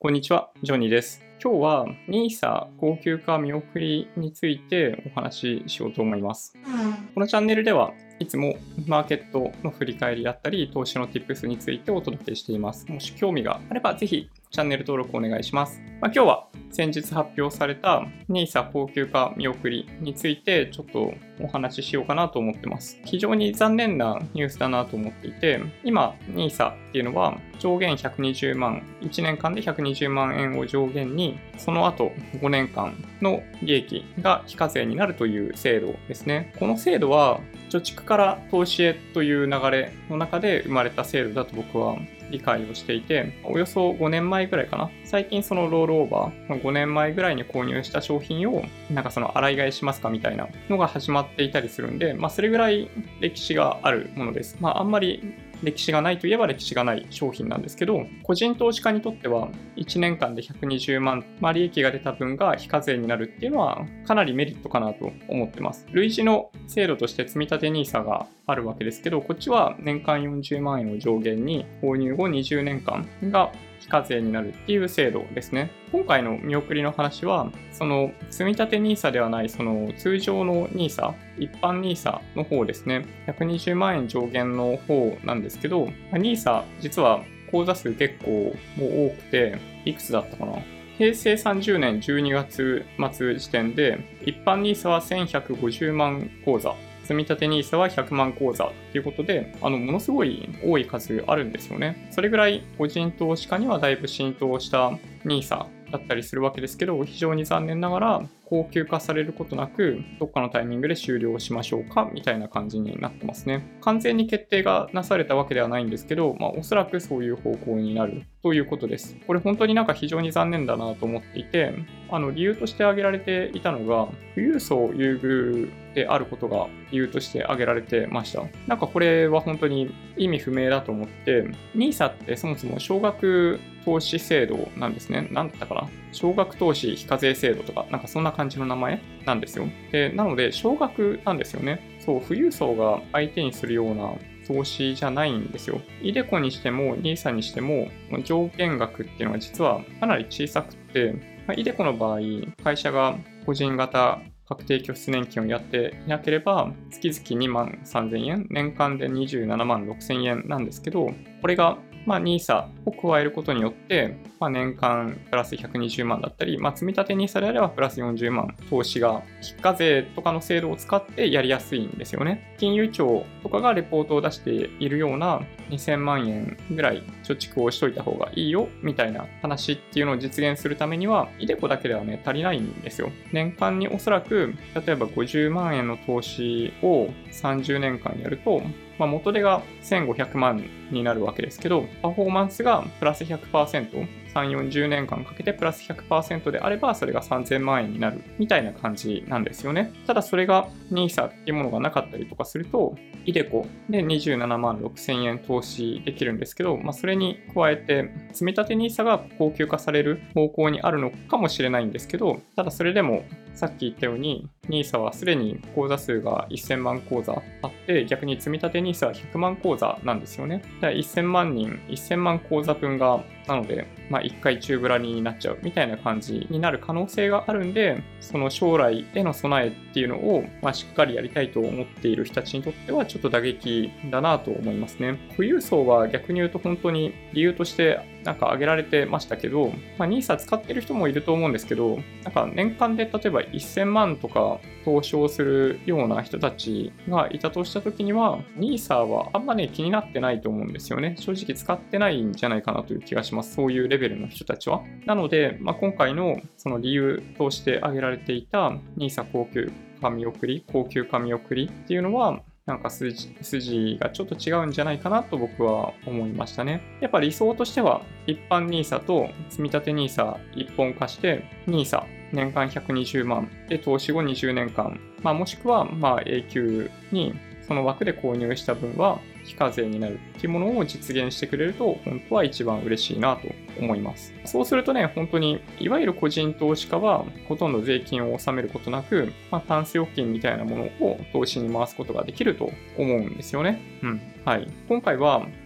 こんにちは、ジョニーです。今日は NISA 高級化見送りについてお話ししようと思います。このチャンネルではいつもマーケットの振り返りだったり、投資の Tips についてお届けしています。もし興味があればぜひチャンネル登録お願いします。今日は先日発表された NISA 高級化見送りについてちょっとお話ししようかなと思ってます。非常に残念なニュースだなと思っていて、今 NISA っていうのは上限120万、1年間で120万円を上限に、その後5年間の利益が非課税になるという制度ですね。この制度は貯蓄から投資へという流れの中で生まれた制度だと僕は理解をしていて、およそ5年前ぐらいかな。最近そのロールオーバー、5年前ぐらいに購入した商品をその洗い替えしますかみたいなのが始まっていたりするんで、それぐらい歴史があるものです。あんまり歴史がないといえば歴史がない商品なんですけど、個人投資家にとっては1年間で120万、利益が出た分が非課税になるっていうのはかなりメリットかなと思ってます。類似の制度として積立 NISA があるわけですけど、こっちは年間40万円を上限に購入後20年間が非課税になるっていう制度ですね。今回の見送りの話は、その積立 NISA ではないその通常の NISA、一般 NISA の方ですね。120万円上限の方なんですけど、NISA 実は口座数結構もう多くて、いくつだったかな。平成30年12月末時点で、一般 NISA は1150万口座。積立 NISA は100万口座ということで、ものすごい多い数あるんですよね。それぐらい個人投資家にはだいぶ浸透した NISA だったりするわけですけど、非常に残念ながら高級化されることなく、どっかのタイミングで終了しましょうかみたいな感じになってますね。完全に決定がなされたわけではないんですけど、おそらくそういう方向になるということです。これ本当に非常に残念だなと思っていて、理由として挙げられていたのが、富裕層優遇であることが理由として挙げられてました。これは本当に意味不明だと思って、NISA ってそもそも少額投資制度なんですね。なんだったかな、少額投資非課税制度とか、そんな感じの名前なんですよ。で、なので少額なんですよね。そう、富裕層が相手にするような投資じゃないんですよ。iDeCo にしても NISA にしても上限額っていうのが実はかなり小さくて、iDeCo の場合、会社が個人型確定拠出年金をやっていなければ、月々2万3000円、年間で27万6000円なんですけど、これがNISA を加えることによって、年間プラス120万だったり、積立 NISA であればプラス40万、投資が非課税とかの制度を使ってやりやすいんですよね。金融庁とかがレポートを出しているような2000万円ぐらい貯蓄をしといた方がいいよみたいな話っていうのを実現するためには、iDeCo だけではね、足りないんですよ。年間におそらく、例えば50万円の投資を30年間やると、元手が1500万になるわけですけど、パフォーマンスがプラス 100%、3、40年間かけてプラス 100% であれば、それが3000万円になるみたいな感じなんですよね。ただそれが NISA っていうものがなかったりとかすると、iDeCo で27万6000円投資できるんですけど、それに加えて、積立 NISA が高級化される方向にあるのかもしれないんですけど、ただそれでも、さっき言ったように、NISA はすでに口座数が1000万口座あって、逆に積立 NISA は100万口座なんですよね。だから1000万人、1000万口座分が、なので、1回宙ぶらりになっちゃうみたいな感じになる可能性があるんで、その将来への備えっていうのを、しっかりやりたいと思っている人たちにとってはちょっと打撃だなと思いますね。富裕層は逆に言うと本当に理由として挙げられてましたけど、NISA 使ってる人もいると思うんですけど、年間で例えば1000万とか投資をするような人たちがいたとしたときには、NISA はあんまね気になってないと思うんですよね。正直使ってないんじゃないかなという気がします。そういうレベルの人たちは。なので、今回のその理由として挙げられていた NISA 高級化見送りっていうのは、筋がちょっと違うんじゃないかなと僕は思いましたね。やっぱ理想としては、一般 NISA と積立 NISA 一本化して、NISA 年間120万で投資後20年間、もしくは永久にその枠で購入した分は非課税になるっていうものを実現してくれると、本当は一番嬉しいなと思います。そうするとね、本当に、いわゆる個人投資家は、ほとんど税金を納めることなく、タンス預金みたいなものを投資に回すことができると思うんですよね。はい。今回は、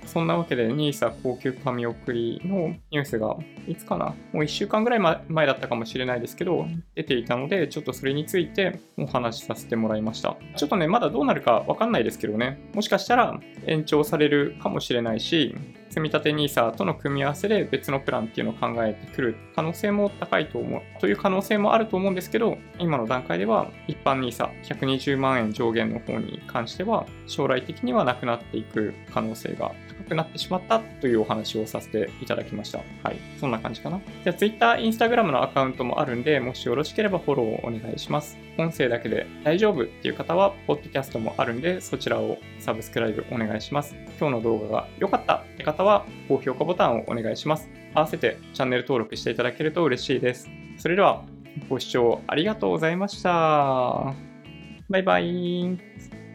そんなわけで NISA 高級化見送りのニュースがいつかな、もう1週間ぐらい前だったかもしれないですけど、出ていたので、ちょっとそれについてお話しさせてもらいました。ちょっとね、まだどうなるかわかんないですけどね、もしかしたら延長されるかもしれないし、積立 NISA との組み合わせで別のプランっていうのを考えてくる可能性も高いと思う、という可能性もあると思うんですけど、今の段階では一般 NISA120 万円上限の方に関しては、将来的にはなくなっていく可能性が高くなってしまったというお話をさせていただきました。はい。そんな感じかな。じゃあ Twitter、Instagram のアカウントもあるんで、もしよろしければフォローをお願いします。音声だけで大丈夫っていう方は、ポッドキャストもあるんで、そちらをサブスクライブお願いします。今日の動画が良かったって方は、高評価ボタンをお願いします。合わせてチャンネル登録していただけると嬉しいです。それでは、ご視聴ありがとうございました。バイバイ。